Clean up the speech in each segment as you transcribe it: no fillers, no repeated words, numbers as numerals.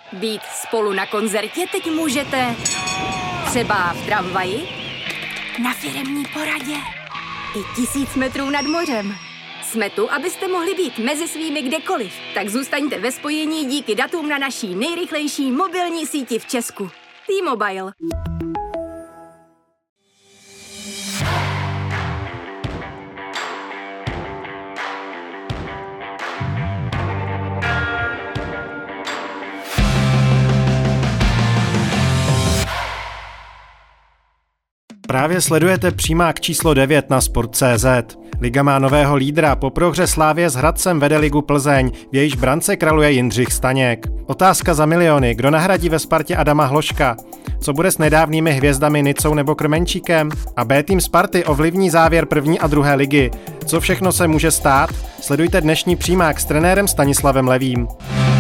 Být spolu na koncertě teď můžete třeba v tramvaji, na firemní poradě i 1000 metrů nad mořem. Jsme tu, abyste mohli být mezi svými kdekoliv. Tak zůstaňte ve spojení díky datům na naší nejrychlejší mobilní síti v Česku. T-Mobile. Právě sledujete přímák číslo 9 na Sport.cz. Liga má nového lídra, po prohře Slavie s Hradcem vede ligu Plzeň, v jejíž brance kraluje Jindřich Staněk. Otázka za miliony, kdo nahradí ve Spartě Adama Hloška? Co bude s nedávnými hvězdami Nicou nebo Krmenčíkem? A B tým Sparty ovlivní závěr první a druhé ligy. Co všechno se může stát? Sledujte dnešní přímák s trenérem Stanislavem Levým.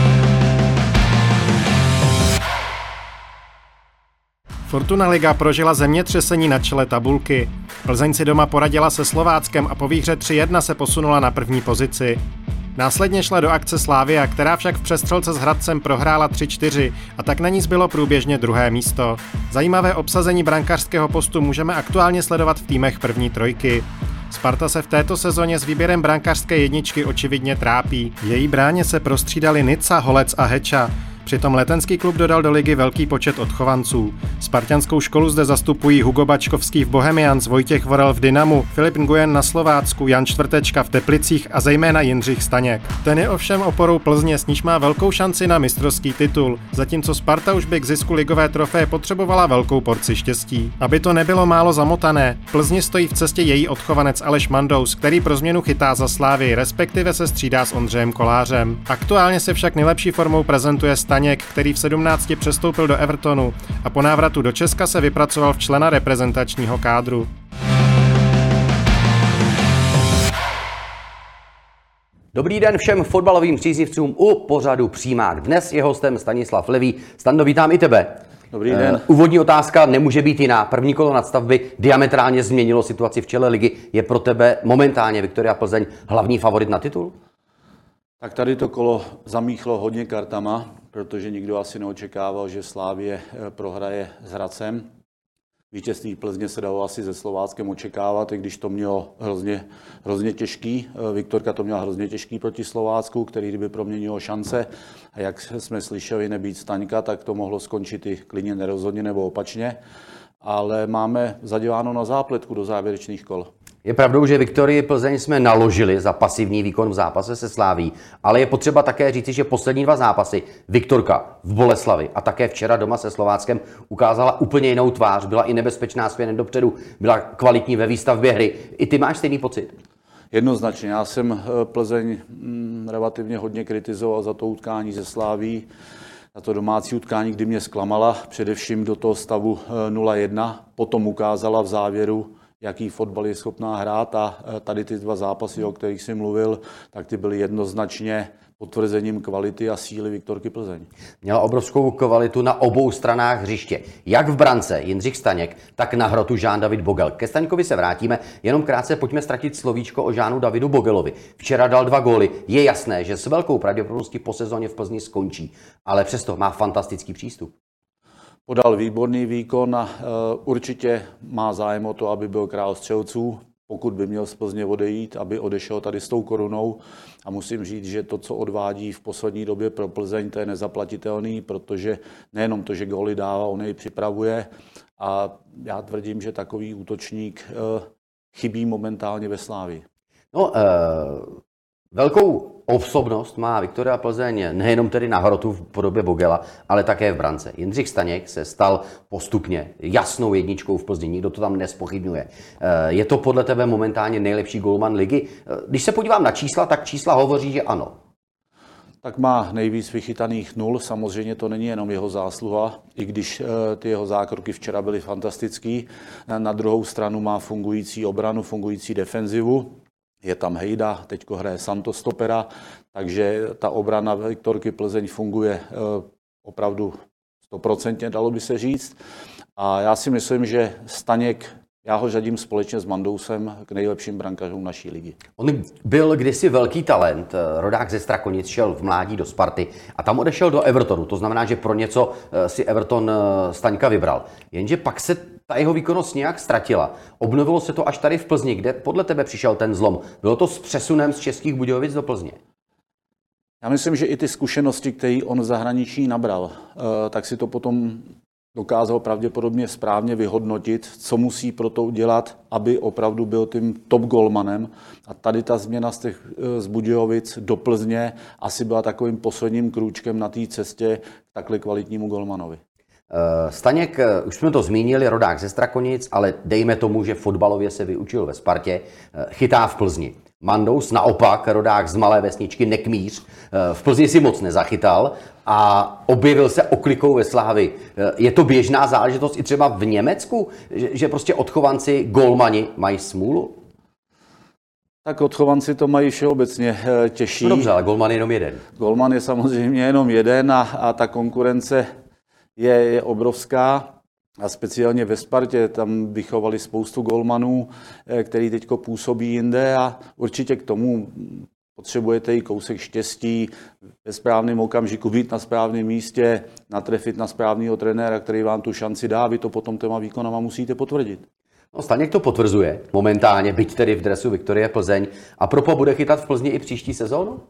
Fortuna Liga prožila zemětřesení na čele tabulky. Plzeň si doma poradila se Slováckem a po výhře 3-1 se posunula na první pozici. Následně šla do akce Slavia, která však v přestřelce s Hradcem prohrála 3-4 a tak na ní zbylo průběžně druhé místo. Zajímavé obsazení brankářského postu můžeme aktuálně sledovat v týmech první trojky. Sparta se v této sezóně s výběrem brankářské jedničky očividně trápí. V její bráně se prostřídali Nica, Holec a Heča. Přitom letenský klub dodal do ligy velký počet odchovanců. Spartanskou školu zde zastupují Hugo Bačkovský v Bohemians, Vojtěch Vorel v Dynamu, Filip Nguyen na Slovácku, Jan Čtvrtečka v Teplicích a zejména Jindřich Staněk. Ten je ovšem oporou Plzně, s níž má velkou šanci na mistrovský titul, zatímco Sparta už by k zisku ligové trofeje potřebovala velkou porci štěstí. Aby to nebylo málo zamotané, Plzni stojí v cestě její odchovanec Aleš Mandous, který pro změnu chytá za Slávy, respektive se střídá s Ondřejem Kolářem. Aktuálně se však nejlepší formou prezentuje Staněk, který v 17 přestoupil do Evertonu a po návratu do Česka se vypracoval v člena reprezentačního kádru. Dobrý den všem fotbalovým příznivcům u pořadu Přímák. Dnes je hostem Stanislav Levý. Stando, vítám i tebe. Dobrý den. Úvodní otázka nemůže být jiná. První kolo nadstavby diametrálně změnilo situaci v čele ligy. Je pro tebe momentálně Viktoria Plzeň hlavní favorit na titul? Tak tady to kolo zamíchlo hodně kartama, protože nikdo asi neočekával, že Slavie prohraje s Hradcem. Vítězství Plzně se dalo asi se Slováckem očekávat, i když to mělo hrozně těžký. Viktorka to měla hrozně těžký proti Slovácku, který kdyby proměnilo šance. A jak jsme slyšeli, nebýt Staňka, tak to mohlo skončit i klidně nerozhodně nebo opačně. Ale máme zaděláno na zápletku do závěrečných kol. Je pravdou, že Viktorii Plzeň jsme naložili za pasivní výkon v zápase se Slaví, ale je potřeba také říci, že poslední 2 zápasy Viktorka v Boleslavi a také včera doma se Slováckem ukázala úplně jinou tvář, byla i nebezpečná směrem dopředu, byla kvalitní ve výstavbě hry. I ty máš stejný pocit? Jednoznačně. Já jsem Plzeň relativně hodně kritizoval za to utkání ze Slaví, za to domácí utkání, kdy mě zklamala, především do toho stavu 0-1, potom ukázala v závěru, jaký fotbal je schopná hrát a tady ty 2 zápasy, o kterých jsem mluvil, tak ty byly jednoznačně potvrzením kvality a síly Viktorky Plzeň. Měla obrovskou kvalitu na obou stranách hřiště. Jak v brance Jindřich Staněk, tak na hrotu Jean-David Bogel. Ke Staňkovi se vrátíme, jenom krátce pojďme ztratit slovíčko o Jeanu Davidu Bogelovi. Včera dal 2 góly. Je jasné, že s velkou pravděpodobností po sezóně v Plzni skončí, ale přesto má fantastický přístup. Podal výborný výkon a určitě má zájem o to, aby byl král střelců, pokud by měl z Plzně odejít, aby odešel tady s tou korunou. A musím říct, že to, co odvádí v poslední době pro Plzeň, to je nezaplatitelný, protože nejenom to, že góly dává, on jej připravuje. A já tvrdím, že takový útočník chybí momentálně ve Slávii. Velkou osobnost má Viktoria Plzeň nejenom tedy na hrotu v podobě Bogela, ale také v brance. Jindřich Staněk se stal postupně jasnou jedničkou v Plzni, nikdo to tam nezpochybňuje. Je to podle tebe momentálně nejlepší golman ligy? Když se podívám na čísla, tak čísla hovoří, že ano. Tak má nejvíc vychytaných 0, samozřejmě to není jenom jeho zásluha, i když ty jeho zákroky včera byly fantastický. Na druhou stranu má fungující obranu, fungující defenzivu. Je tam Hejda, teďko hraje Santos stopera, takže ta obrana Viktorky Plzeň funguje opravdu 100%, dalo by se říct. A já si myslím, že Staněk Já ho řadím společně s Mandousem k nejlepším brankařům naší ligy. On byl kdysi velký talent, rodák ze Strakonic, šel v mládí do Sparty a tam odešel do Evertonu. To znamená, že pro něco si Everton Staňka vybral. Jenže pak se ta jeho výkonnost nějak ztratila. Obnovilo se to až tady v Plzni, kde podle tebe přišel ten zlom. Bylo to s přesunem z Českých Budějovic do Plzně? Já myslím, že i ty zkušenosti, které on v zahraničí nabral, tak si to potom dokázal pravděpodobně správně vyhodnotit, co musí pro to udělat, aby opravdu byl tím top golmanem. A tady ta změna z Budějovic do Plzně asi byla takovým posledním krůčkem na té cestě k takhle kvalitnímu golmanovi. Staněk, už jsme to zmínili, rodák ze Strakonic, ale dejme tomu, že fotbalově se vyučil ve Spartě, chytá v Plzni. Mandous naopak, rodák z malé vesničky Nekmíř, v Plzni si moc nezachytal a objevil se oklikou ve Slávii. Je to běžná záležitost i třeba v Německu, že prostě odchovanci, golmani mají smůlu? Tak odchovanci to mají všeobecně těžší. No dobře, ale golman je jenom jeden. Golman je samozřejmě jenom jeden a ta konkurence je obrovská. A speciálně ve Spartě, tam vychovali spoustu golmanů, který teď působí jinde a určitě k tomu potřebujete i kousek štěstí, ve správném okamžiku být na správném místě, natrefit na správného trenéra, který vám tu šanci dá, vy to potom těma výkonama musíte potvrdit. No, Staněk to potvrzuje momentálně, byť tedy v dresu Viktorie Plzeň. A propo bude chytat v Plzni i příští sezónu?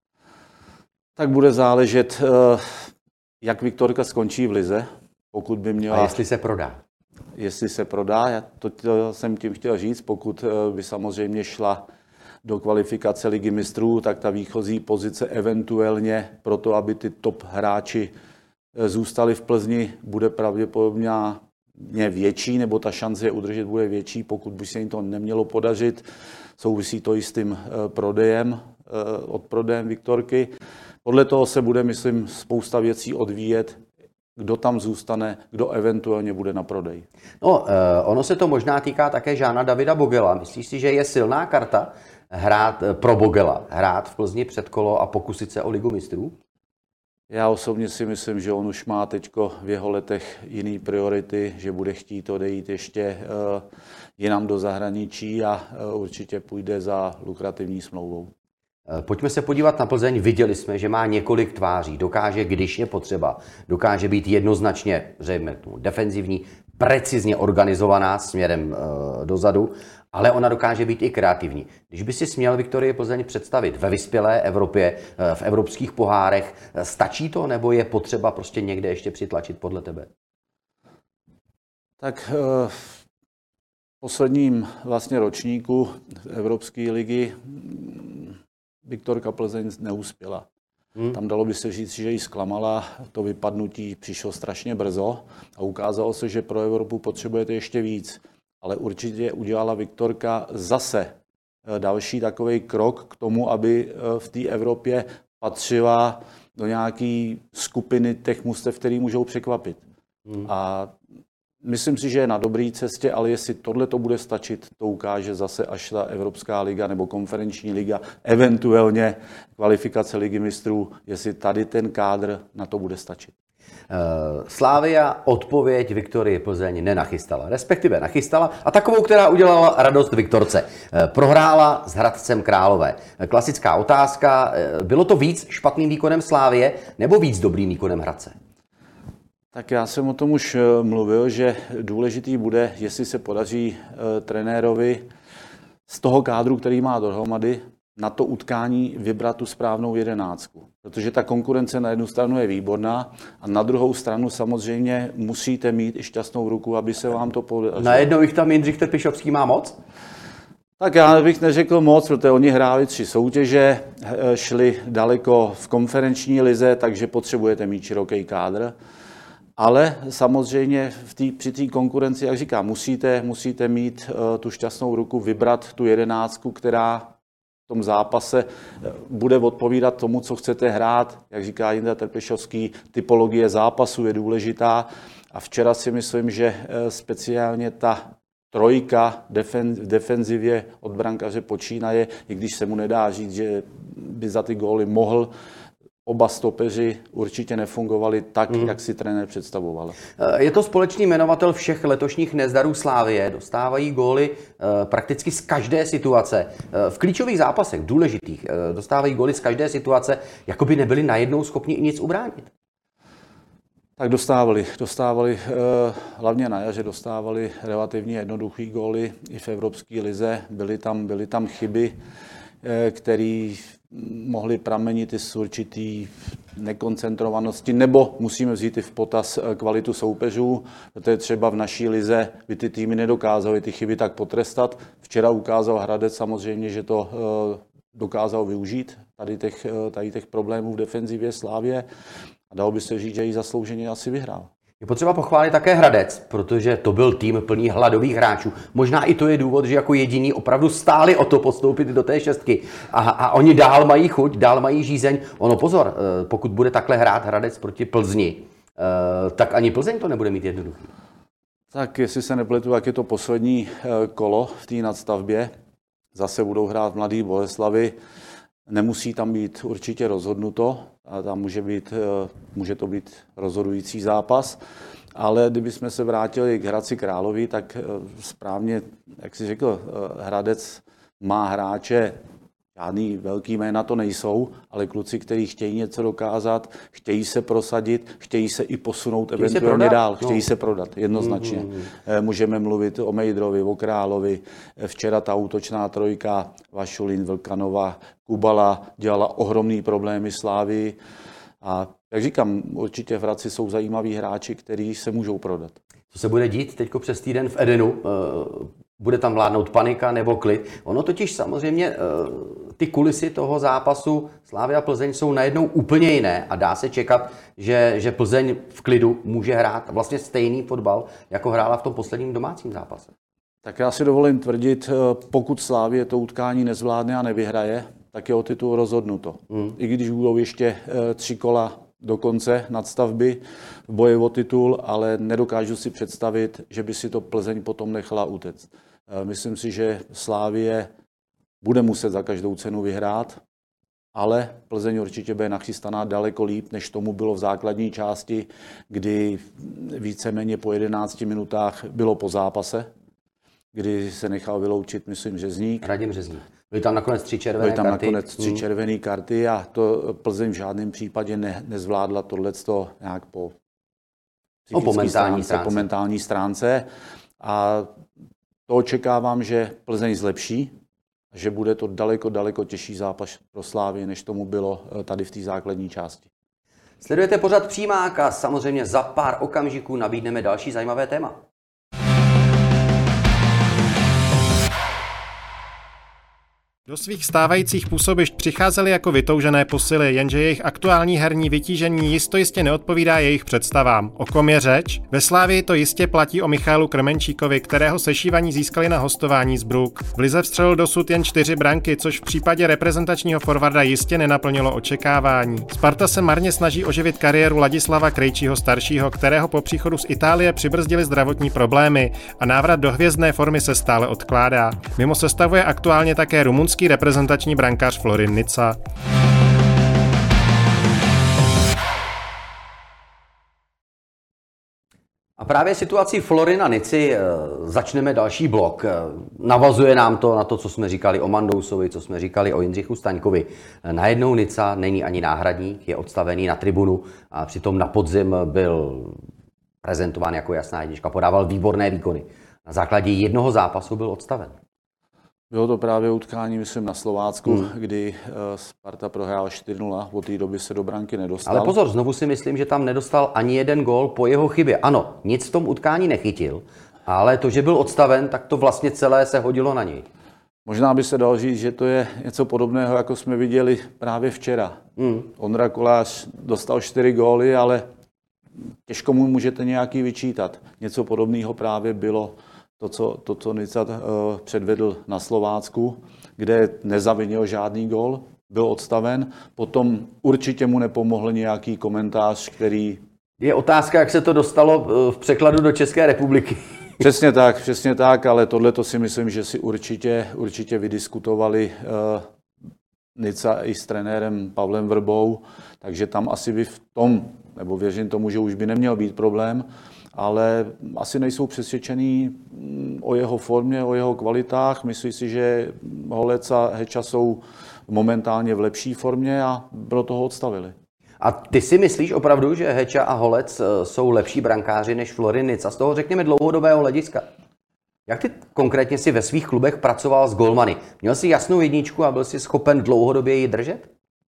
Tak bude záležet, jak Viktorka skončí v lize. Pokud by měla, a jestli se prodá? Jestli se prodá, to jsem tím chtěl říct, pokud by samozřejmě šla do kvalifikace Ligy mistrů, tak ta výchozí pozice eventuálně pro to, aby ty top hráči zůstali v Plzni, bude pravděpodobně větší, nebo ta šance je udržet bude větší, pokud by se jim to nemělo podařit. Souvisí to i s tím prodejem, odprodejem Viktorky. Podle toho se bude, myslím, spousta věcí odvíjet, kdo tam zůstane, kdo eventuálně bude na prodej. No, ono se to možná týká také Žána Davida Bogela. Myslíš si, že je silná karta hrát pro Bogela, hrát v Plzni předkolo a pokusit se o Ligu mistrů? Já osobně si myslím, že on už má teďko v jeho letech jiný priority, že bude chtít odejít ještě jinam do zahraničí a určitě půjde za lukrativní smlouvou. Pojďme se podívat na Plzeň. Viděli jsme, že má několik tváří. Dokáže, když je potřeba, dokáže být jednoznačně, řekněme, defenzivní, precizně organizovaná směrem dozadu, ale ona dokáže být i kreativní. Když by si směl Viktorii Plzeň představit ve vyspělé Evropě, v evropských pohárech, stačí to, nebo je potřeba prostě někde ještě přitlačit podle tebe? Tak v posledním vlastně ročníku Evropské ligy Viktorka Plzeň neuspěla. Tam dalo by se říct, že ji zklamala, to vypadnutí přišlo strašně brzo a ukázalo se, že pro Evropu potřebujete ještě víc. Ale určitě udělala Viktorka zase další takový krok k tomu, aby v té Evropě patřila do nějaké skupiny těch mužstev, který můžou překvapit. A myslím si, že je na dobré cestě, ale jestli tohle to bude stačit, to ukáže zase až ta Evropská liga nebo konferenční liga, eventuálně kvalifikace Ligy mistrů, jestli tady ten kádr na to bude stačit. Slavia odpověď Viktorii Plzeň nenachystala, respektive nachystala a takovou, která udělala radost Viktorce. Prohrála s Hradcem Králové. Klasická otázka, bylo to víc špatným výkonem Slavie nebo víc dobrým výkonem Hradce? Tak já jsem o tom už mluvil, že důležitý bude, jestli se podaří trenérovi z toho kádru, který má dohromady, na to utkání vybrat tu správnou jedenáctku. Protože ta konkurence na jednu stranu je výborná a na druhou stranu samozřejmě musíte mít i šťastnou ruku, aby se vám to podařilo. Najednou jich tam Jindřich Trpišovský má moc? Tak já bych neřekl moc, protože oni hráli 3 soutěže, šli daleko v konferenční lize, takže potřebujete mít široký kádr. Ale samozřejmě při té konkurenci, jak říkám, musíte mít tu šťastnou ruku, vybrat tu jedenáctku, která v tom zápase bude odpovídat tomu, co chcete hrát. Jak říká Jindra Trpišovský, typologie zápasu je důležitá. A včera si myslím, že speciálně ta trojka v defenzivě od brankaře počínaje, i když se mu nedá říct, že by za ty góly mohl, oba stopeři určitě nefungovali tak, jak si trenér představoval. Je to společný jmenovatel všech letošních nezdarů Slavie. Dostávají góly prakticky z každé situace. V klíčových zápasech, důležitých, dostávají góly z každé situace, jako by nebyli najednou schopni i nic ubránit. Tak dostávali hlavně na jaře dostávali relativně jednoduchý góly i v Evropské lize. Byly tam chyby, které mohly pramenit i z určitý nekoncentrovanosti, nebo musíme vzít i v potaz kvalitu soupeřů, protože třeba v naší lize by ty týmy nedokázaly ty chyby tak potrestat. Včera ukázal Hradec samozřejmě, že to dokázal využít, tady těch problémů v defenzivě Slavie, a dalo by se říct, že ji zaslouženě asi vyhrál. Je potřeba pochválit také Hradec, protože to byl tým plný hladových hráčů. Možná i to je důvod, že jako jediní opravdu stáli o to postoupit do té šestky. A oni dál mají chuť, dál mají žízeň. Ono pozor, pokud bude takhle hrát Hradec proti Plzni, tak ani Plzeň to nebude mít jednoduchý. Tak jestli se nepletu, jak je to poslední kolo v té nadstavbě. Zase budou hrát Mladý Boleslavi. Nemusí tam být určitě rozhodnuto, a tam může to být rozhodující zápas, ale kdybychom se vrátili k Hradci Králové, tak správně, jak jsi řekl, Hradec má hráče, žádný velký jména to nejsou, ale kluci, kteří chtějí něco dokázat, chtějí se prosadit, chtějí se i posunout eventuálně dál, chtějí se prodat, jednoznačně. Můžeme mluvit o Mejdrovi, o Královi, včera ta útočná trojka, Vašulín, Vlkanova, Kubala dělala ohromný problémy Slávii. A jak říkám, určitě v Hradci jsou zajímaví hráči, kteří se můžou prodat. Co se bude dít teď přes týden v Edenu? Bude tam vládnout panika nebo klid? Ono totiž samozřejmě ty kulisy toho zápasu Slavia a Plzeň jsou najednou úplně jiné a dá se čekat, že Plzeň v klidu může hrát vlastně stejný fotbal, jako hrála v tom posledním domácím zápase. Tak já si dovolím tvrdit, pokud Slavie to utkání nezvládne a nevyhraje, tak je o titul rozhodnuto. I když budou ještě 3 kola do konce nadstavby v boji o titul, ale nedokážu si představit, že by si to Plzeň potom nechala utéct. Myslím si, že Slavie bude muset za každou cenu vyhrát, ale Plzeň určitě bude nachystaná daleko líp, než tomu bylo v základní části, kdy víceméně po 11 minutách bylo po zápase, kdy se nechal vyloučit, myslím, Řezník. Radim Řezník. Byly tam nakonec 3 červené karty. Byly tam nakonec 3 červené karty a to Plzeň v žádném případě nezvládla tohleto nějak po mentální stránce. A to očekávám, že Plzeň zlepší, že bude to daleko těžší zápas pro Slávii, než tomu bylo tady v té základní části. Sledujete pořad Přímák a samozřejmě za pár okamžiků nabídneme další zajímavé téma. Do svých stávajících působišť přicházeli jako vytoužené posily, jenže jejich aktuální herní vytížení jistě neodpovídá jejich představám. O kom je řeč? Ve Slavii to jistě platí o Michailu Krmenčíkovi, kterého sešívaní získali na hostování z Brugg. V lize vstřelil dosud jen 4 branky, což v případě reprezentačního forwarda jistě nenaplnilo očekávání. Sparta se marně snaží oživit kariéru Ladislava Krejčího staršího, kterého po příchodu z Itálie přibrzdili zdravotní problémy a návrat do hvězdné formy se stále odkládá. Mimo sestavu je aktuálně také rumunský reprezentační brankář Florin Nica. A právě situací Florina Nici začneme další blok. Navazuje nám to na to, co jsme říkali o Mandousovi, co jsme říkali o Jindřichu Staňkovi. Najednou Nica není ani náhradník, je odstavený na tribunu a přitom na podzim byl prezentován jako jasná jednička, podával výborné výkony. Na základě jednoho zápasu byl odstaven. Bylo to právě utkání, myslím, na Slovácku, kdy Sparta prohrál 4-0, od té doby se do branky nedostal. Ale pozor, znovu si myslím, že tam nedostal ani jeden gól po jeho chybě. Ano, nic v tom utkání nechytil, ale to, že byl odstaven, tak to vlastně celé se hodilo na něj. Možná by se dalo říct, že to je něco podobného, jako jsme viděli právě včera. Ondra Kolář dostal 4 góly, ale těžko mu můžete nějaký vyčítat. Něco podobného právě bylo to, co Nica předvedl na Slovácku, kde nezavinil žádný gól, byl odstaven. Potom určitě mu nepomohl nějaký komentář, který... Je otázka, jak se to dostalo v překladu do České republiky. Přesně tak, ale tohle to si myslím, že si určitě vydiskutovali Nica i s trenérem Pavlem Vrbou, takže tam asi by v tom, nebo věřím tomu, že už by neměl být problém, ale asi nejsou přesvědčený o jeho formě, o jeho kvalitách. Myslí si, že Holec a Heča jsou momentálně v lepší formě a proto ho odstavili. A ty si myslíš opravdu, že Heča a Holec jsou lepší brankáři než Florin Nica? Z toho řekněme dlouhodobého hlediska. Jak ty konkrétně si ve svých klubech pracoval s golmany? Měl jsi jasnou jedničku a byl jsi schopen dlouhodobě ji držet?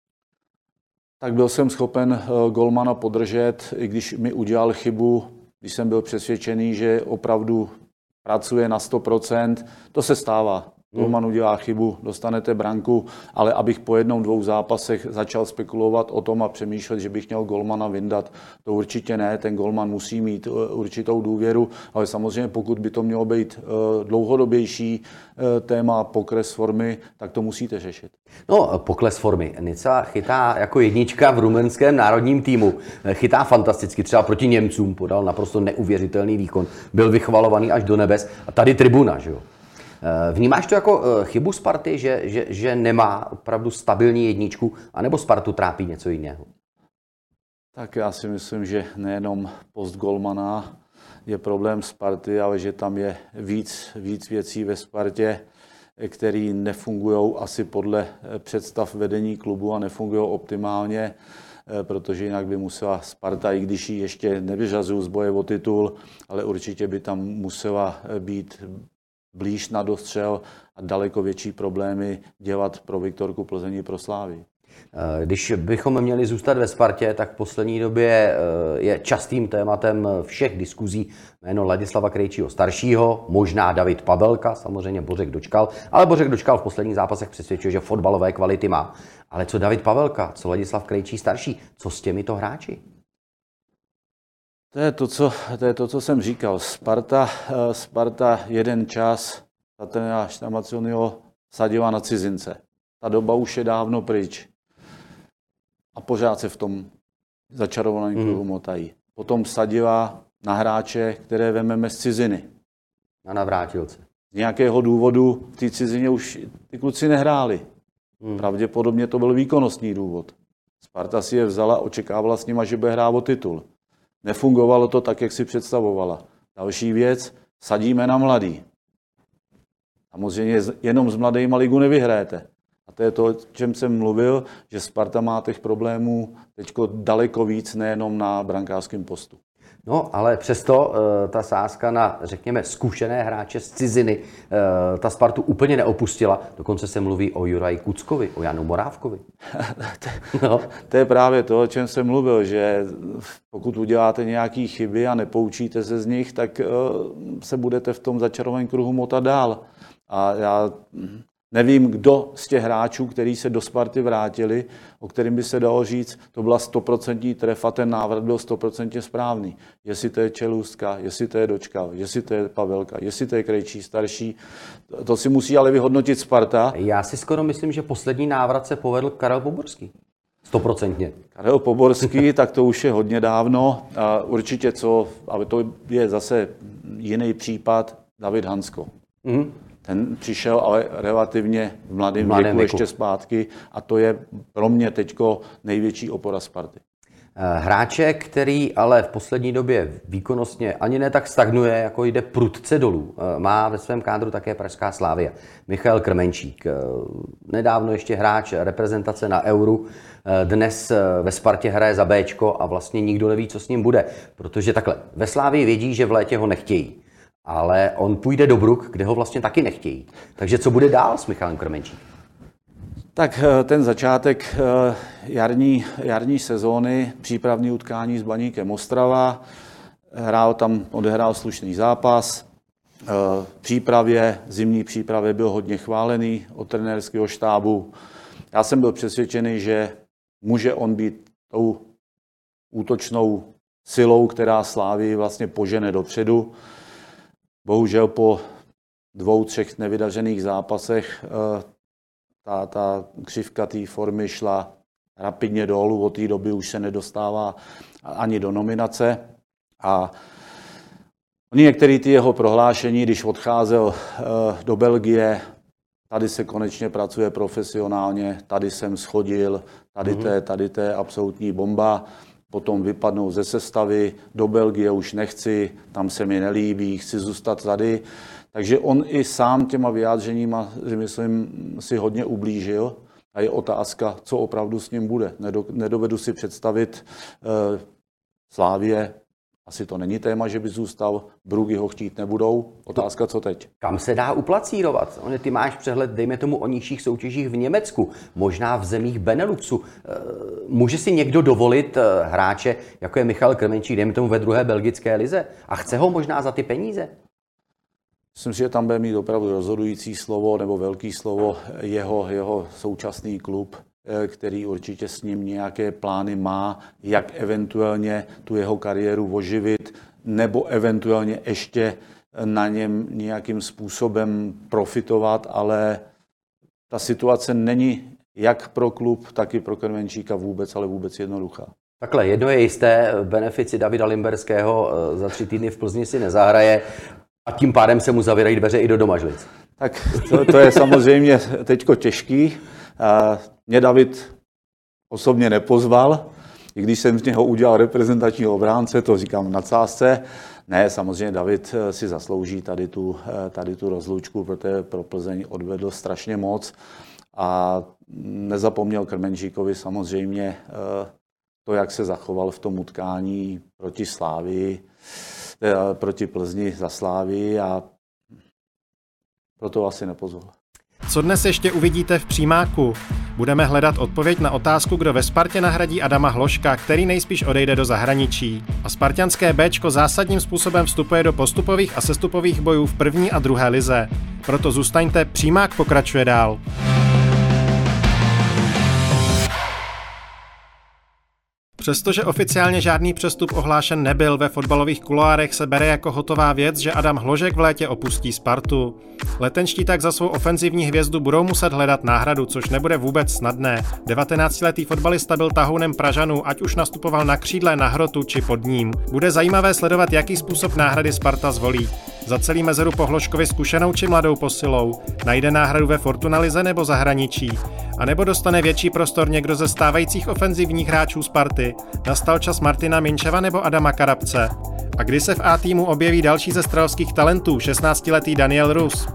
Tak byl jsem schopen golmana podržet, i když mi udělal chybu, když jsem byl přesvědčený, že opravdu pracuje na 100%. To se stává. Golman udělá chybu, dostanete branku, ale abych po jednom, dvou zápasech začal spekulovat o tom a přemýšlet, že bych měl golmana vyndat, to určitě ne. Ten golman musí mít určitou důvěru, ale samozřejmě pokud by to mělo být dlouhodobější téma pokles formy, tak to musíte řešit. No, pokles formy. Nica chytá jako jednička v rumunském národním týmu. Chytá fantasticky, třeba proti Němcům podal naprosto neuvěřitelný výkon. Byl vychvalovaný až do nebes. A tady tribuna, že jo? Vnímáš to jako chybu Sparty, že nemá opravdu stabilní jedničku, anebo Spartu trápí něco jiného? Tak já si myslím, že nejenom post golmana je problém Sparty, ale že tam je víc věcí ve Spartě, které nefungují asi podle představ vedení klubu a nefungují optimálně, protože jinak by musela Sparta, i když ji ještě nevyřazují z boje o titul, ale určitě by tam musela být blíž na dostřel a daleko větší problémy dělat pro Viktorku Plzeň, pro Slávii. Když bychom měli zůstat ve Spartě, tak v poslední době je častým tématem všech diskuzí jméno Ladislava Krejčího staršího, možná David Pavelka, samozřejmě Bořek Dočkal, ale Bořek Dočkal v posledních zápasech přesvědčil, že fotbalové kvality má. Ale co David Pavelka, co Ladislav Krejčí starší, co s těmito hráči? To je to, co jsem říkal. Sparta jeden čas za trenéra Štamaconio sadila na cizince. Ta doba už je dávno pryč. A pořád se v tom začarovaném kruhu motají. Potom sadila na hráče, které vememe z ciziny. Na navrátilce. Z nějakého důvodu v té cizině už ty kluci nehráli. Pravděpodobně to byl výkonnostní důvod. Sparta si je vzala, očekávala s nima, že bude hrát o titul. Nefungovalo to tak, jak si představovala. Další věc, sadíme na mladý. Samozřejmě jenom s mladýma ligu nevyhrajete. A to je to, o čem jsem mluvil, že Sparta má těch problémů teďko daleko víc, nejenom na brankářském postu. No, ale přesto ta sázka na, řekněme, zkušené hráče z ciziny, ta Spartu úplně neopustila. Dokonce se mluví o Juraji Kuckovi, o Janu Morávkovi. No. To je právě to, o čem jsem mluvil, že pokud uděláte nějaké chyby a nepoučíte se z nich, tak se budete v tom začarovaném kruhu motat dál. A já nevím, kdo z těch hráčů, kteří se do Sparty vrátili, o kterým by se dalo říct, to byla 100% trefa, ten návrat byl 100% správný. Jestli to je Čelůstka, jestli to je Dočkal, jestli to je Pavelka, jestli to je Krejčí starší, to si musí ale vyhodnotit Sparta. Já si skoro myslím, že poslední návrat se povedl Karel Poborský. 100%. Karel Poborský, tak to už je hodně dávno. A určitě ale to je zase jiný případ, David Hansko. Ten přišel ale relativně v mladém věku ještě zpátky a to je pro mě teďko největší opora Sparty. Hráče, který ale v poslední době výkonnostně ani ne tak stagnuje, jako jde prudce dolů, má ve svém kádru také pražská Slavia. Michal Krmenčík, nedávno ještě hráč reprezentace na Euru, dnes ve Spartě hraje za Béčko a vlastně nikdo neví, co s ním bude, protože takhle, ve Slavii vědí, že v létě ho nechtějí. Ale on půjde do Bruk, kde ho vlastně taky nechtějí. Takže co bude dál s Michalem Krmenčíkem? Tak ten začátek jarní sezóny, přípravní utkání s Baníkem Ostrava, odehrál slušný zápas. Zimní přípravě byl hodně chválený od trenérského štábu. Já jsem byl přesvědčený, že může on být tou útočnou silou, která Slávii vlastně požene dopředu. Bohužel po 2-3 nevydařených zápasech ta křivka té formy šla rapidně dolů, od té doby už se nedostává ani do nominace. A některé ty jeho prohlášení, když odcházel do Belgie, tady se konečně pracuje profesionálně, tady jsem schodil, tady to je absolutní bomba. Potom vypadnou ze sestavy, do Belgie už nechci, tam se mi nelíbí, chci zůstat tady. Takže on i sám těma vyjádřeníma, myslím, si hodně ublížil a je otázka, co opravdu s ním bude. Nedovedu si představit Slavie, asi to není téma, že by zůstal, Bruggy ho chtít nebudou. Otázka, co teď? Kam se dá uplacírovat? Ty máš přehled, dejme tomu, o nižších soutěžích v Německu, možná v zemích Beneluxu. Může si někdo dovolit hráče, jako je Michal Krmenčík, dejme tomu ve druhé belgické lize, a chce ho možná za ty peníze? Myslím si, že tam bude mít opravdu rozhodující slovo nebo velký slovo jeho současný klub, který určitě s ním nějaké plány má, jak eventuálně tu jeho kariéru oživit, nebo eventuálně ještě na něm nějakým způsobem profitovat, ale ta situace není jak pro klub, tak i pro Krmenčíka vůbec jednoduchá. Takhle, jedno je jisté, benefici Davida Limberského za 3 týdny v Plzni si nezahraje a tím pádem se mu zavírají dveře i do Domažlic. Tak to je samozřejmě teďko těžký. Mě David osobně nepozval, i když jsem z něho udělal reprezentačního obránce, to říkám v nadsázce. Ne, samozřejmě David si zaslouží tady tu rozlučku, protože pro Plzeň odvedl strašně moc a nezapomněl Krmenčíkovi samozřejmě to, jak se zachoval v tom utkání proti Slávii, proti Plzni za Slávii a proto asi nepozval. Co dnes ještě uvidíte v přímáku? Budeme hledat odpověď na otázku, kdo ve Spartě nahradí Adama Hložka, který nejspíš odejde do zahraničí. A spartanské Béčko zásadním způsobem vstupuje do postupových a sestupových bojů v první a druhé lize. Proto zůstaňte, přímák pokračuje dál. Přestože oficiálně žádný přestup ohlášen nebyl, ve fotbalových kuloárech se bere jako hotová věc, že Adam Hložek v létě opustí Spartu. Letenští tak za svou ofenzivní hvězdu budou muset hledat náhradu, což nebude vůbec snadné. 19letý fotbalista byl tahounem Pražanů, ať už nastupoval na křídle, na hrotu či pod ním. Bude zajímavé sledovat, jaký způsob náhrady Sparta zvolí. Zacelí mezeru po Hložkovi zkušenou či mladou posilou? Najde náhradu ve Fortuna lize nebo zahraničí? A nebo dostane větší prostor někdo ze stávajících ofenzivních hráčů Sparty? Nastal čas Martina Minčeva nebo Adama Karabce? A kdy se v A týmu objeví další ze strahovských talentů, 16letý Daniel Rus?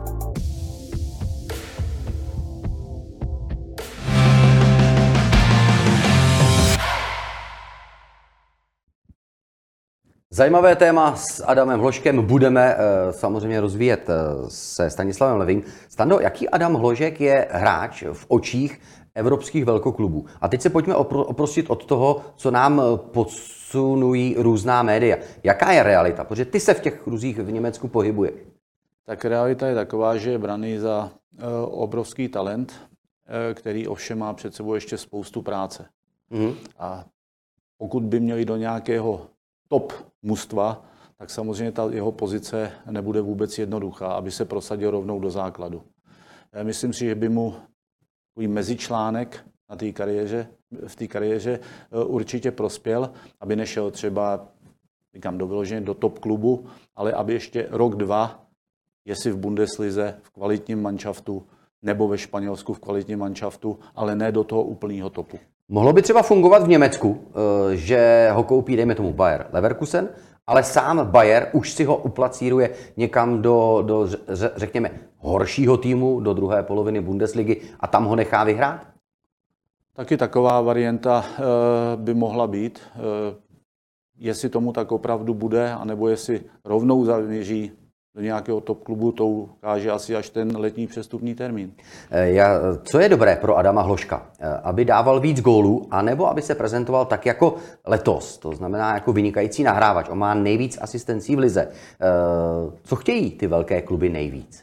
Zajímavé téma s Adamem Hložkem budeme samozřejmě rozvíjet se Stanislavem Levým. Stando, jaký Adam Hložek je hráč v očích evropských velkoklubů? A teď se pojďme oprostit od toho, co nám podsunují různá média. Jaká je realita? Protože ty se v těch kruzích v Německu pohybuješ. Tak realita je taková, že je braný za obrovský talent, který ovšem má před sebou ještě spoustu práce. A pokud by měli do nějakého top mužstva, tak samozřejmě ta jeho pozice nebude vůbec jednoduchá, aby se prosadil rovnou do základu. Myslím si, že by mu takový mezičlánek na v té kariéře určitě prospěl, aby nešel třeba, říkám, do top klubu, ale aby ještě rok, 2, jestli v Bundeslize, v kvalitním manšaftu, nebo ve Španělsku v kvalitním manšaftu, ale ne do toho úplného topu. Mohlo by třeba fungovat v Německu, že ho koupí, dejme tomu, Bayer Leverkusen, ale sám Bayer už si ho uplacíruje někam do řekněme, horšího týmu, do druhé poloviny Bundesligy a tam ho nechá vyhrát? Taky taková varianta by mohla být. Jestli tomu tak opravdu bude, anebo jestli rovnou zaměří do nějakého top klubu, to ukáže asi až ten letní přestupní termín. Co je dobré pro Adama Hložka? Aby dával víc gólů, anebo aby se prezentoval tak jako letos, to znamená jako vynikající nahrávač. On má nejvíc asistencí v lize. Co chtějí ty velké kluby nejvíc?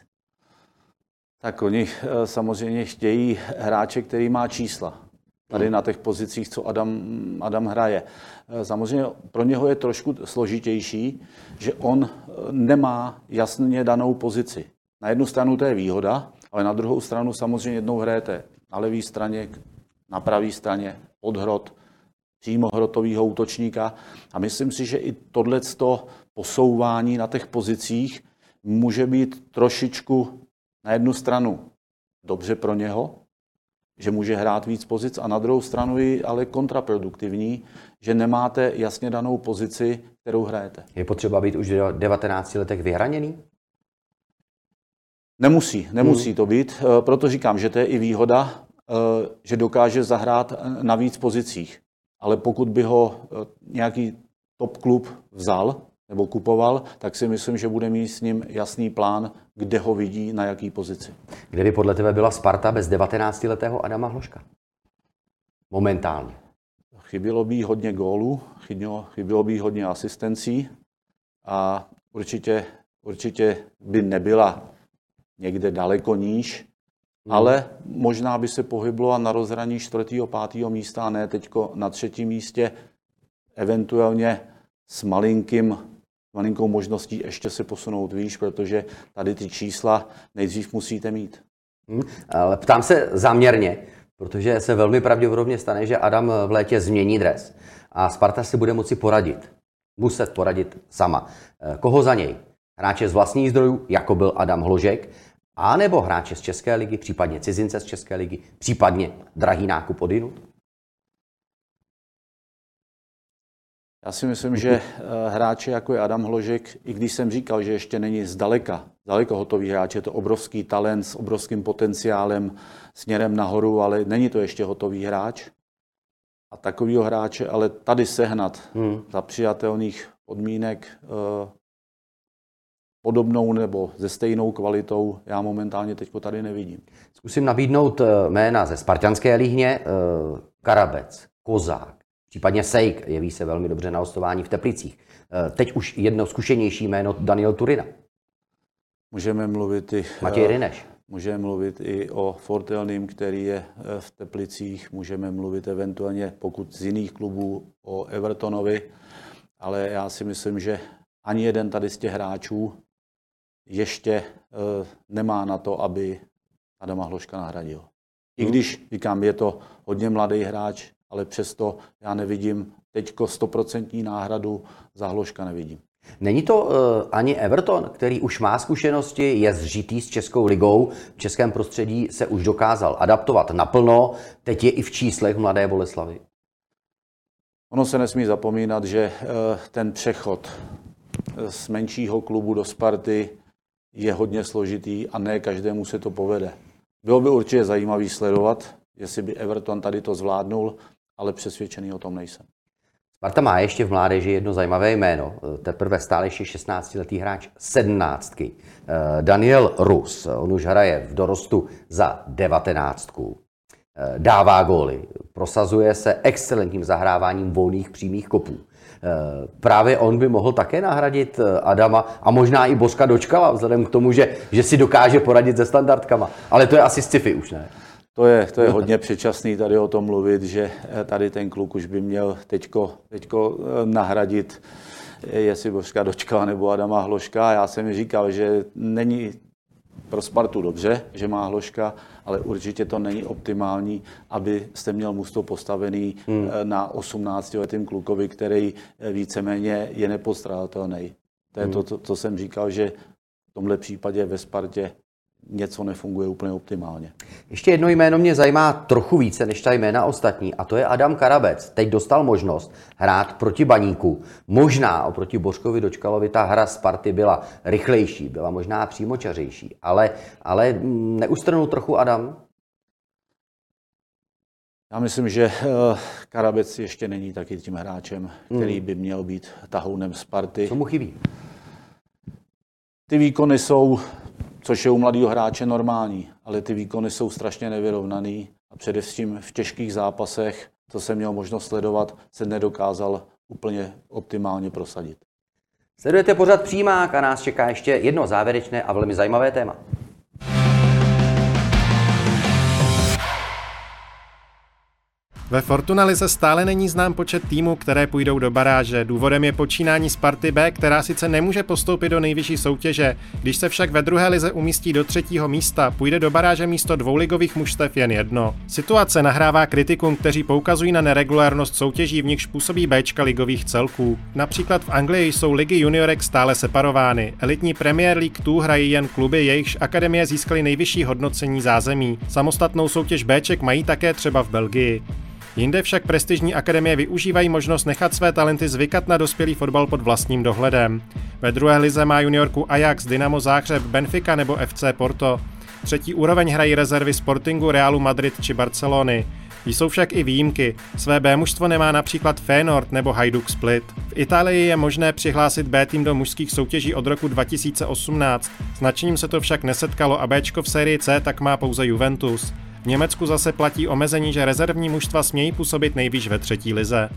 Tak oni samozřejmě chtějí hráče, který má čísla. Tady na těch pozicích, co Adam hraje. Samozřejmě pro něho je trošku složitější, že on nemá jasně danou pozici. Na jednu stranu to je výhoda, ale na druhou stranu samozřejmě jednou hrajete na levé straně, na pravé straně, podhrot, přímo hrotového útočníka. A myslím si, že i tohleto posouvání na těch pozicích může být trošičku na jednu stranu dobře pro něho, že může hrát víc pozic, a na druhou stranu je ale kontraproduktivní, že nemáte jasně danou pozici, kterou hrajete. Je potřeba být už v 19 letech vyhraněný? Nemusí to být, proto říkám, že to je i výhoda, že dokáže zahrát na víc pozicích. Ale pokud by ho nějaký top klub vzal nebo kupoval, tak si myslím, že bude mít s ním jasný plán, kde ho vidí, na jaký pozici. Kde by podle tebe byla Sparta bez 19letého Adama Hložka? Momentálně. Chybělo by hodně gólů, chybělo by hodně asistencí a určitě by nebyla někde daleko níž, ale možná by se pohyblo na rozhraní 4. 5. místa, a ne teďko na 3. místě, eventuálně s malinkou možností ještě se posunout výš, protože tady ty čísla nejdřív musíte mít. Ale ptám se záměrně, protože se velmi pravděpodobně stane, že Adam v létě změní dres a Sparta si bude muset poradit sama. Koho za něj? Hráče z vlastních zdrojů, jako byl Adam Hložek, a nebo hráče z České ligy, případně cizince z České ligy, případně drahý nákup odinut? Já si myslím, že hráče jako je Adam Hložek, i když jsem říkal, že ještě není zdaleka hotový hráč, je to obrovský talent s obrovským potenciálem směrem nahoru, ale není to ještě hotový hráč. A takovýho hráče ale tady sehnat za přijatelných podmínek podobnou nebo se stejnou kvalitou, já momentálně teďko tady nevidím. Zkusím nabídnout jména ze spartanské líhně. Karabec, Kozák, případně Sejk, jeví se velmi dobře na hostování v Teplicích. Teď už jedno zkušenější jméno Daniel Turina. Můžeme mluvit i Matěj Ryneš. Můžeme mluvit i o Fortelným, který je v Teplicích. Můžeme mluvit eventuálně, pokud z jiných klubů, o Evertonovi. Ale já si myslím, že ani jeden tady z těch hráčů ještě nemá na to, aby Adama Hložka nahradil. I když, říkám, je to hodně mladý hráč, ale přesto já nevidím teďko 100% náhradu za Hložka nevidím. Není to ani Everton, který už má zkušenosti, je zžitý s Českou ligou, v českém prostředí se už dokázal adaptovat naplno, teď je i v číslech Mladé Boleslavi. Ono se nesmí zapomínat, že ten přechod z menšího klubu do Sparty je hodně složitý a ne každému se to povede. Bylo by určitě zajímavý sledovat, jestli by Everton tady to zvládnul, ale přesvědčený o tom nejsem. Sparta má ještě v mládeži jedno zajímavé jméno, teprve stále ještě 16letý hráč 17. Daniel Rus, on už hraje v dorostu za 19. Dává góly, prosazuje se excelentním zahráváním volných přímých kopů. Právě on by mohl také nahradit Adama a možná i Božka Dočkala, vzhledem k tomu, že si dokáže poradit se standardkama. Ale to je asi sci-fi už, ne? To je hodně předčasný tady o tom mluvit, že tady ten kluk už by měl teďko nahradit, jestli Božka Dočkala nebo Adama Hložka. Já jsem mi říkal, že není pro Spartu dobře, že má Hložka, ale určitě to není optimální, abyste měl mužstvo postavený na 18letým klukovi, který víceméně je nepostradatelný. To je to, co jsem říkal, že v tomhle případě ve Spartě něco nefunguje úplně optimálně. Ještě jedno jméno mě zajímá trochu více než ta jména ostatní, a to je Adam Karabec. Teď dostal možnost hrát proti Baníku. Možná oproti Božkovi Dočkalovi ta hra Sparty byla rychlejší, byla možná přímočařejší, ale neustrnul trochu Adam? Já myslím, že Karabec ještě není taky tím hráčem, který by měl být tahounem Sparty. Co mu chybí? Ty výkony jsou, což je u mladého hráče normální, ale ty výkony jsou strašně nevyrovnaný a především v těžkých zápasech, co jsem měl možnost sledovat, se nedokázal úplně optimálně prosadit. Sledujete pořad Přímák a nás čeká ještě jedno závěrečné a velmi zajímavé téma. Ve Fortuna lize stále není znám počet týmů, které půjdou do baráže. Důvodem je počínání Sparty B, která sice nemůže postoupit do nejvyšší soutěže. Když se však ve druhé lize umístí do 3. místa, půjde do baráže místo dvouligových mužstev jen jedno. Situace nahrává kritikům, kteří poukazují na neregulárnost soutěží, v nichž působí Bčka ligových celků. Například v Anglii jsou ligy juniorek stále separovány. Elitní Premier League 2 hrají jen kluby, jejichž akademie získaly nejvyšší hodnocení zázemí. Samostatnou soutěž Bček mají také třeba v Belgii. Jinde však prestižní akademie využívají možnost nechat své talenty zvykat na dospělý fotbal pod vlastním dohledem. Ve druhé lize má juniorku Ajax, Dynamo Záhřeb, Benfica nebo FC Porto. Třetí úroveň hrají rezervy Sportingu, Realu Madrid či Barcelony. Jsou však i výjimky. Své B mužstvo nemá například Feyenoord nebo Hajduk Split. V Itálii je možné přihlásit B tým do mužských soutěží od roku 2018. S nadšením se to však nesetkalo a Bčko v sérii C tak má pouze Juventus. V Německu zase platí omezení, že rezervní mužstva smějí působit nejvýš ve 3. lize.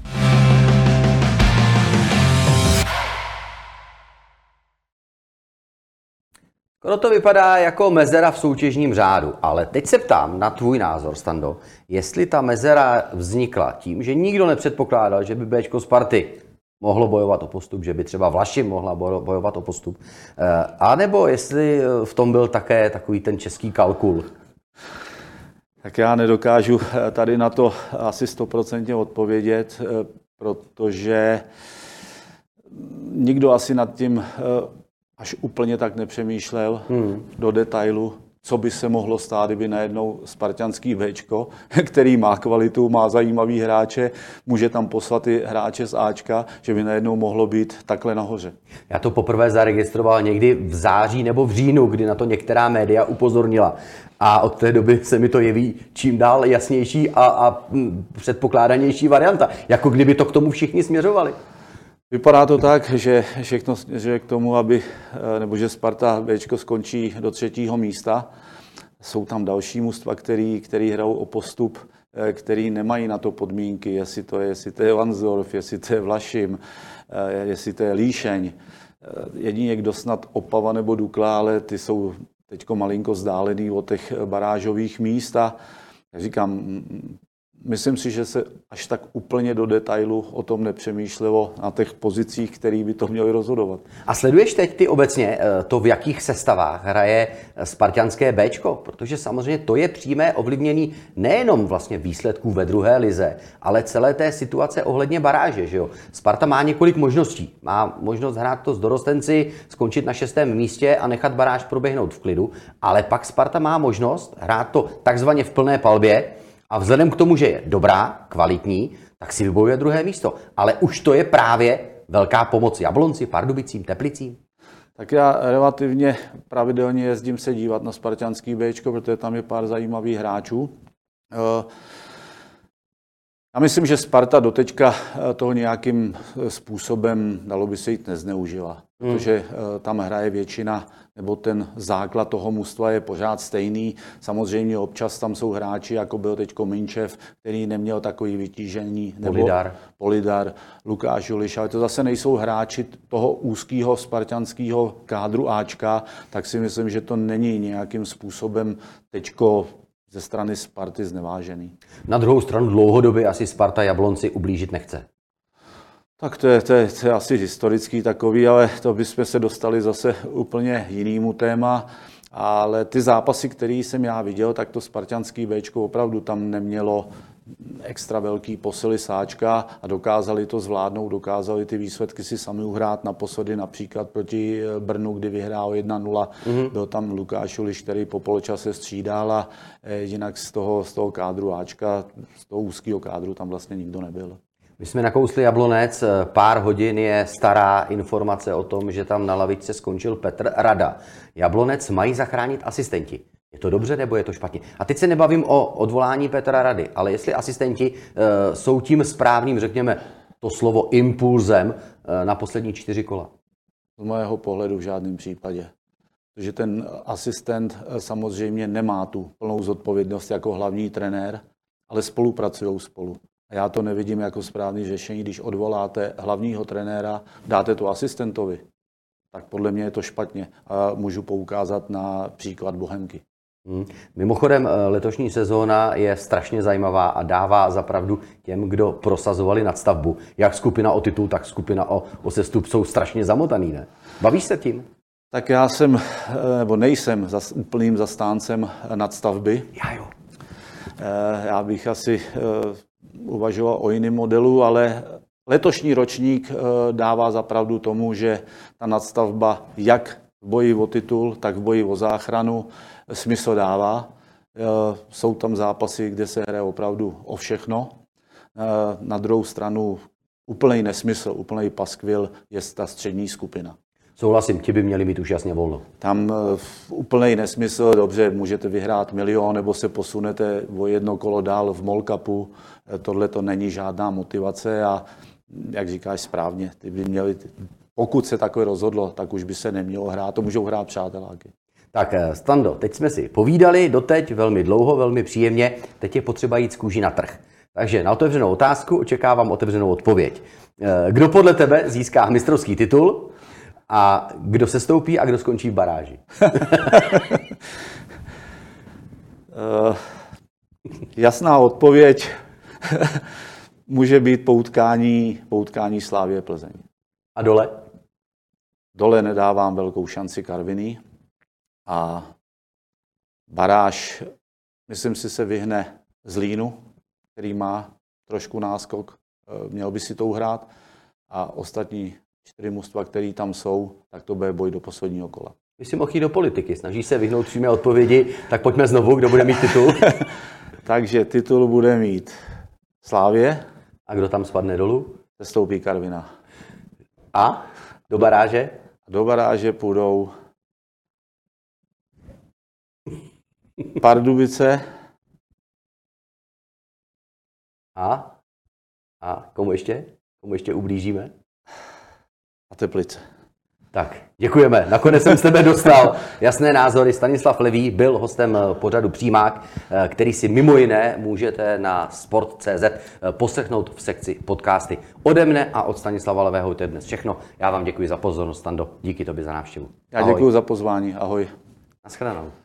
Ono to vypadá jako mezera v soutěžním řádu, ale teď se ptám na tvůj názor, Stando, jestli ta mezera vznikla tím, že nikdo nepředpokládal, že by Bčko Sparty mohlo bojovat o postup, že by třeba Vlašim mohla bojovat o postup, anebo jestli v tom byl také takový ten český kalkul. Tak já nedokážu tady na to asi 100% odpovědět, protože nikdo asi nad tím až úplně tak nepřemýšlel do detailu, co by se mohlo stát, kdyby najednou spartanský Bčko, který má kvalitu, má zajímavý hráče, může tam poslat i hráče z Ačka, že by najednou mohlo být takhle nahoře. Já to poprvé zaregistroval někdy v září nebo v říjnu, kdy na to některá média upozornila. A od té doby se mi to jeví čím dál jasnější a předpokládanější varianta. Jako kdyby to k tomu všichni směřovali. Vypadá to tak, že k tomu, že Sparta Bčko skončí do 3. místa. Jsou tam další mužstva, který hrajou o postup, který nemají na to podmínky, jestli to je Vansdorf, jestli to je Vlašim, jestli to je Líšeň. Jedině kdo snad Opava nebo Dukla, ale ty jsou teďko malinko vzdálený od těch barážových míst a jak říkám, myslím si, že se až tak úplně do detailu o tom nepřemýšlelo na těch pozicích, které by to měly rozhodovat. A sleduješ teď ty obecně to, v jakých sestavách hraje spartanské Bčko? Protože samozřejmě to je přímé ovlivnění nejenom vlastně výsledků ve druhé lize, ale celé té situace ohledně baráže. Že jo? Sparta má několik možností. Má možnost hrát to s dorostenci, skončit na 6. místě a nechat baráž proběhnout v klidu, ale pak Sparta má možnost hrát to takzvaně v plné palbě. A vzhledem k tomu, že je dobrá, kvalitní, tak si vybojuje 2. místo. Ale už to je právě velká pomoc Jablonci, Pardubicím, Teplicím. Tak já relativně pravidelně jezdím se dívat na spartanský Bčko, protože tam je pár zajímavých hráčů. Já myslím, že Sparta doteďka toho nějakým způsobem, dalo by se jít, nezneužila. Protože tam hraje většina, nebo ten základ toho mužstva je pořád stejný. Samozřejmě občas tam jsou hráči, jako byl teďko Minčev, který neměl takový vytížení. Nebo Polidar, Lukáš Juliš, ale to zase nejsou hráči toho úzkého spartanského kádru Ačka, tak si myslím, že to není nějakým způsobem teďko ze strany Sparty znevážený. Na druhou stranu dlouhodobě asi Sparta Jablonci ublížit nechce. Tak to je asi historický takový, ale to bychom se dostali zase úplně jinému téma. Ale ty zápasy, které jsem já viděl, tak to spartanský Bčko opravdu tam nemělo extra velký posily sáčka a dokázali to zvládnout, dokázali ty výsledky si sami uhrát naposledy například proti Brnu, kdy vyhrál 1-0. Byl tam Lukáš Juliš, který po poločase střídal a jinak z toho kádru Ačka, z toho úzkého kádru tam vlastně nikdo nebyl. My jsme nakousli Jablonec, pár hodin je stará informace o tom, že tam na lavičce skončil Petr Rada. Jablonec mají zachránit asistenti. Je to dobře nebo je to špatně? A teď se nebavím o odvolání Petra Rady, ale jestli asistenti jsou tím správným, řekněme, to slovo impulzem na poslední 4 kola. Z mého pohledu v žádném případě. Protože ten asistent samozřejmě nemá tu plnou zodpovědnost jako hlavní trenér, ale spolupracují spolu. A já to nevidím jako správný řešení, když odvoláte hlavního trenéra, dáte to asistentovi. Tak podle mě je to špatně. A můžu poukázat na příklad Bohemky. Mimochodem, letošní sezóna je strašně zajímavá a dává zapravdu těm, kdo prosazovali nadstavbu. Jak skupina o titul, tak skupina o sestup jsou strašně zamotaný, ne? Bavíš se tím? Tak já jsem, nebo nejsem úplným zastáncem nadstavby. Já jo. Já bych asi uvažoval o jiném modelu, ale letošní ročník dává zapravdu tomu, že ta nadstavba jak v boji o titul, tak v boji o záchranu smysl dává. Jsou tam zápasy, kde se hraje opravdu o všechno. Na druhou stranu úplný nesmysl, úplný paskvil je ta střední skupina. Souhlasím, ti by měli mít už jasně volno. Tam úplný nesmysl, dobře, můžete vyhrát milion, nebo se posunete o jedno kolo dál v MOL Cupu. Tohle to není žádná motivace a jak říkáš správně, ty by měli, pokud se takové rozhodlo, tak už by se nemělo hrát, to můžou hrát přáteláky. Tak Stando, teď jsme si povídali doteď velmi dlouho, velmi příjemně, teď je potřeba jít z kůží na trh. Takže na otevřenou otázku očekávám otevřenou odpověď. Kdo podle tebe získá mistrovský titul a kdo se stoupí a kdo skončí v baráži? Jasná odpověď může být poutkání Slavie Plzeň. A dole? Dole nedávám velkou šanci Karviní a baráž, myslím si, se vyhne Zlínu, který má trošku náskok, měl by si to uhrát a ostatní 4 mužstva, které tam jsou, tak to bude boj do posledního kola. Když si mohl jít do politiky, snažíš se vyhnout přímé odpovědi, tak pojďme znovu, kdo bude mít titul. Takže titul bude mít Slavie. A kdo tam spadne dolů? Sestoupí Karviná. A do baráže? Do baráže půjdou Pardubice. A komu ještě? Komu ještě ublížíme? A Teplice. Tak, děkujeme. Nakonec jsem z tebe dostal jasné názory. Stanislav Levý byl hostem pořadu Přímák, který si mimo jiné můžete na sport.cz poslechnout v sekci podcasty. Ode mne a od Stanislava Levého to je dnes všechno. Já vám děkuji za pozornost, Stando. Díky tobě za návštěvu. Já děkuji za pozvání. Ahoj. Naschledanou.